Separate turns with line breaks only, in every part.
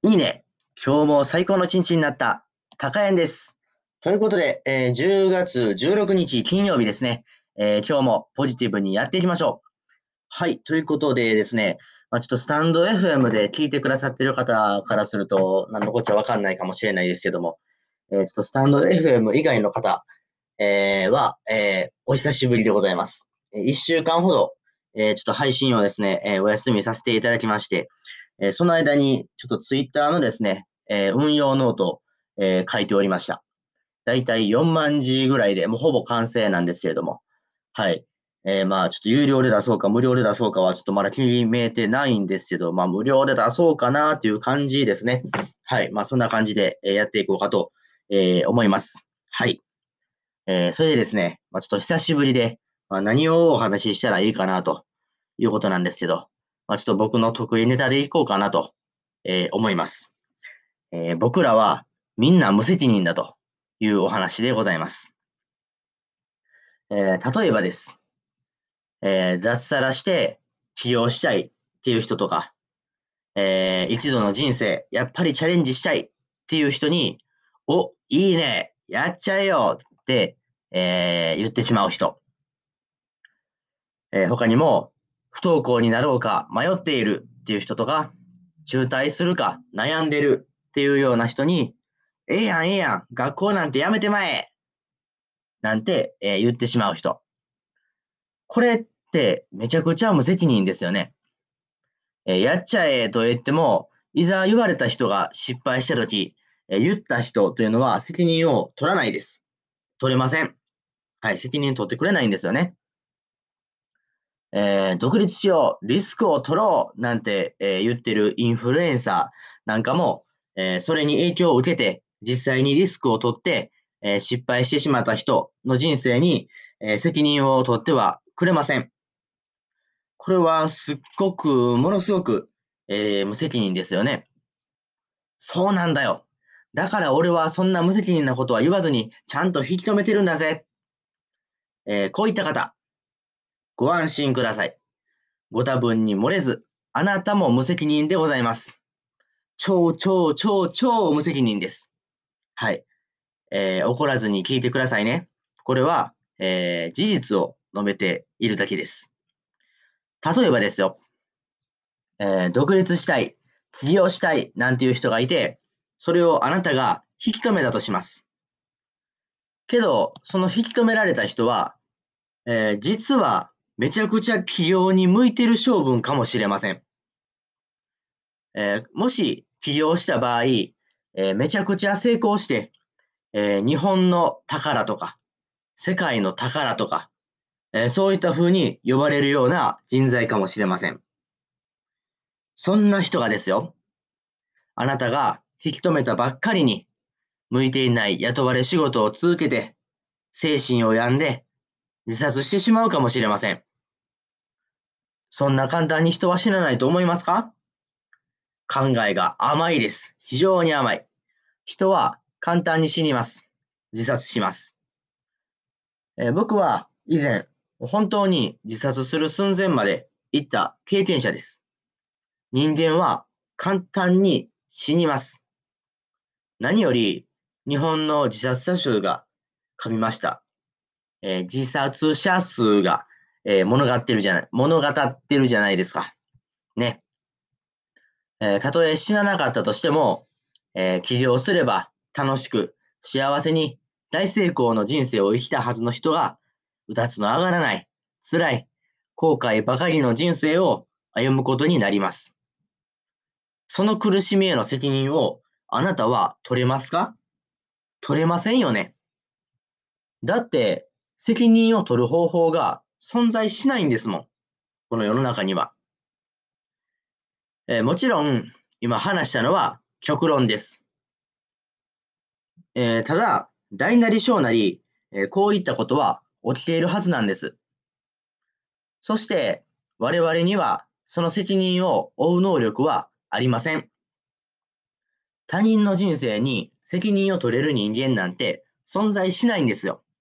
いいね。今日も最高の一日になった。高谷です。ということで、10月16日金曜日ですね。今日もポジティブにやっていきましょう。はい。ということでですね、ちょっとスタンド FM で聞いてくださっている方からすると、何のこっちゃわかんないかもしれないですけども、ちょっとスタンド FM 以外の方、お久しぶりでございます。1週間ほど、ちょっと配信をですね、お休みさせていただきまして、その間にちょっとツイッターのですね、運用ノートを、書いておりました。だいたい4万字ぐらいで、もうほぼ完成なんですけれども、はい。ちょっと有料で出そうか無料で出そうかはちょっとまだ決めてないんですけど、無料で出そうかなという感じですね。はい。そんな感じでやっていこうかと思います。はい。それでですね、ちょっと久しぶりで、何をお話ししたらいいかなということなんですけど、ちょっと僕の得意ネタでいこうかなと、思います。僕らはみんな無責任だというお話でございます。例えばです。脱サラして起業したいっていう人とか、一度の人生、やっぱりチャレンジしたいっていう人に、お、いいね、やっちゃえよって、言ってしまう人。他にも、不登校になろうか迷っているっていう人とか、中退するか悩んでるっていうような人に、ええやんええやん、学校なんてやめてまえなんて、言ってしまう人。これってめちゃくちゃ無責任ですよね。やっちゃえと言っても、いざ言われた人が失敗したとき、言った人というのは責任を取らないです。取れません。はい、責任取ってくれないんですよね。独立しよう、リスクを取ろうなんて、言ってるインフルエンサーなんかも、それに影響を受けて、実際にリスクを取って、失敗してしまった人の人生に、責任を取ってはくれません。これはすっごく、ものすごく、無責任ですよね。そうなんだよ。だから俺はそんな無責任なことは言わずに、ちゃんと引き止めてるんだぜ。こういった方、ご安心ください。ご多分に漏れず、あなたも無責任でございます。超超超超無責任です。はい。怒らずに聞いてくださいね。これは、事実を述べているだけです。例えばですよ、独立したい、起業したいなんていう人がいて、それをあなたが引き止めたとします。けど、その引き止められた人は、実はめちゃくちゃ起業に向いてる性分かもしれません。もし起業した場合、めちゃくちゃ成功して、日本の宝とか、世界の宝とか、そういった風に呼ばれるような人材かもしれません。そんな人がですよ、あなたが引き止めたばっかりに、向いていない雇われ仕事を続けて、精神を病んで自殺してしまうかもしれません。そんな簡単に人は死なないと思いますか？考えが甘いです。非常に甘い。人は簡単に死にます。自殺します。僕は以前、本当に自殺する寸前まで行った経験者です。人間は簡単に死にます。何より日本の自殺者数が噛みました。自殺者数が、物語ってるじゃないですか。ね。たとえ死ななかったとしても、起業すれば楽しく幸せに大成功の人生を生きたはずの人が、うたつの上がらない、辛い、後悔ばかりの人生を歩むことになります。その苦しみへの責任をあなたは取れますか？取れませんよね。だって、責任を取る方法が存在しないんですもん。この世の中には。もちろん、今話したのは極論です。ただ、大なり小なり、こういったことは起きているはずなんです。そして、我々にはその責任を負う能力はありません。他人の人生に責任を取れる人間なんて存在しないんですよ。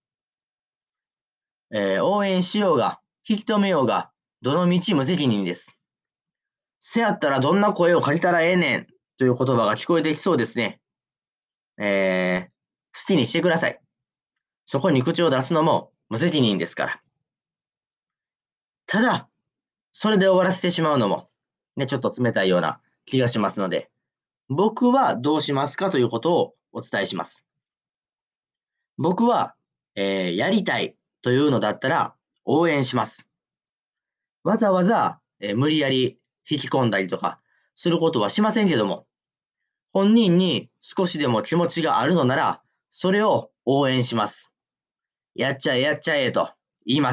応援しようが、引き止めようが、どの道無責任です。せやったらどんな声をかけたらええねんという言葉が聞こえてきそうですね。好きにしてください。そこに口を出すのも無責任ですから。ただ、それで終わらせてしまうのも、ね、ちょっと冷たいような気がしますので、僕はどうしますかということをお伝えします。僕は、やりたいというのだったら応援します。わざわざ、無理やり引き込んだりとかすることはしませんけども、本人に少しでも気持ちがあるのなら、それを応援します。やっちゃえやっちゃえと言います。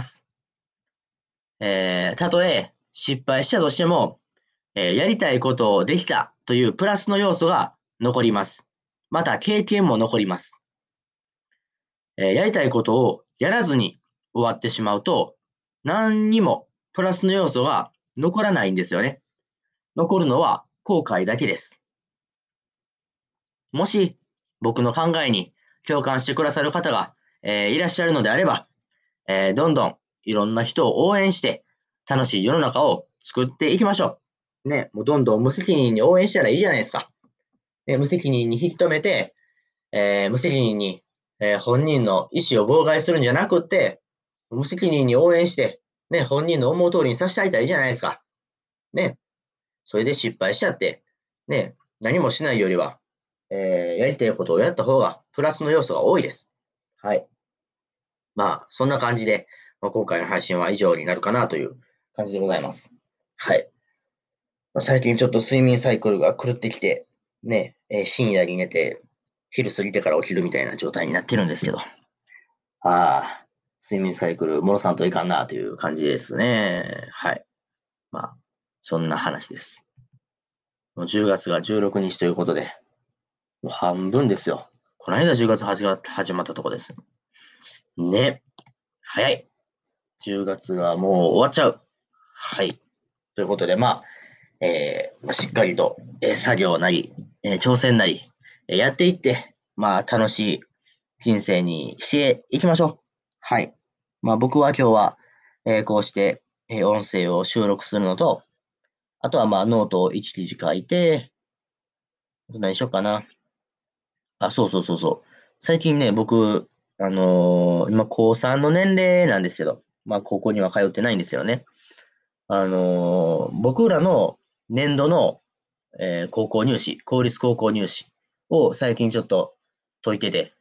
たとえ失敗したとしても、やりたいことをできたというプラスの要素が残ります。また経験も残ります。やりたいことをやらずに終わってしまうと、何にもプラスの要素が残らないんですよね。残るのは後悔だけです。もし僕の考えに共感してくださる方が、いらっしゃるのであれば、どんどんいろんな人を応援して楽しい世の中を作っていきましょう。ね、もうどんどん無責任に応援したらいいじゃないですか。無責任に引き止めて、無責任に、本人の意思を妨害するんじゃなくって、無責任に応援して、ね、本人の思う通りにさせてあげたらいいじゃないですか。ね、それで失敗しちゃって、ね、何もしないよりは、やりたいことをやった方がプラスの要素が多いです。はい。まあ、そんな感じで、今回の配信は以上になるかなという感じでございます。はい。最近ちょっと睡眠サイクルが狂ってきて、ね、深夜に寝て、昼過ぎてから起きるみたいな状態になってるんですけど、睡眠サイクル戻さんといかんなという感じですね。はい。まあ、そんな話です。もう10月が16日ということで、もう半分ですよ。この間10月始まったとこです。ね。早い。10月がもう終わっちゃう。はい。ということで、しっかりと、作業なり、挑戦なり、やっていって、楽しい人生にしていきましょう。はい。僕は今日は、こうして、音声を収録するのと、あとはノートを1記事書いて、あと何しようかな。そうそうそうそう。最近ね、僕、今高3の年齢なんですけど、高校には通ってないんですよね。僕らの年度の、高校入試、公立高校入試を最近ちょっと解いてて、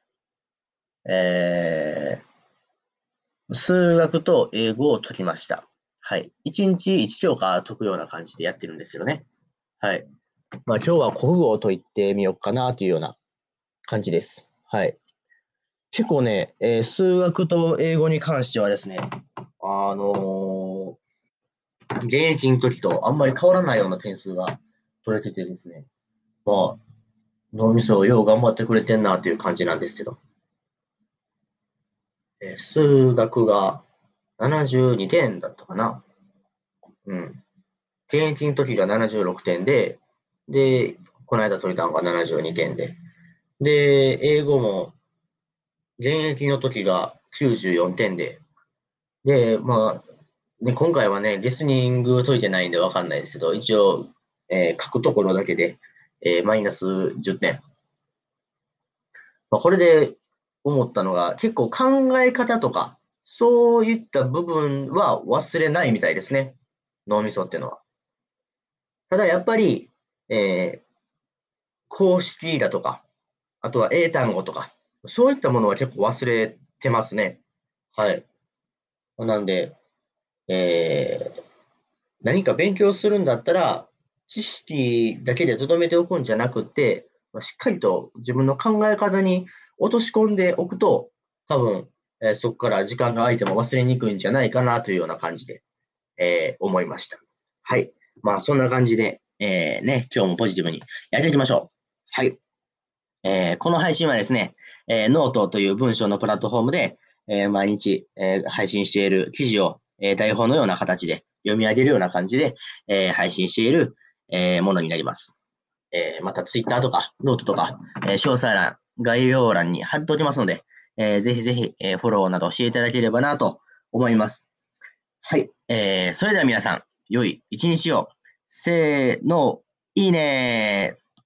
え数学と英語を解きました。はい。1日1教科解くような感じでやってるんですよね。はい。今日は国語を解いてみようかなというような感じです。はい。結構ね、数学と英語に関してはですね、現役の時とあんまり変わらないような点数が取れててですね、脳みそをよう頑張ってくれてんなという感じなんですけど、数学が72点だったかな。うん。現役の時が76点で、この間取れたのが72点で、英語も現役の時が94点で、今回はね、リスニング解いてないんでわかんないですけど、一応、書くところだけで、マイナス10点。これで思ったのが、結構考え方とか、そういった部分は忘れないみたいですね。脳みそっていうのは。ただやっぱり、えー公式だとか、あとは英単語とか、そういったものは結構忘れてますね。はい。なんで、えー何か勉強するんだったら、知識だけで留めておくんじゃなくて、しっかりと自分の考え方に落とし込んでおくと、多分、そこから時間が空いても忘れにくいんじゃないかなというような感じで、思いました。はい。そんな感じで、今日もポジティブにやっていきましょう。はい。この配信はですね、ノートという文章のプラットフォームで、毎日、配信している記事を、台本のような形で読み上げるような感じで、配信している、ものになります。また、ツイッターとか、ノートとか、詳細欄、概要欄に貼っておきますので、ぜひぜひ、フォローなどしていただければなと思います。はい。それでは皆さん、良い一日を。せーの、いいねー。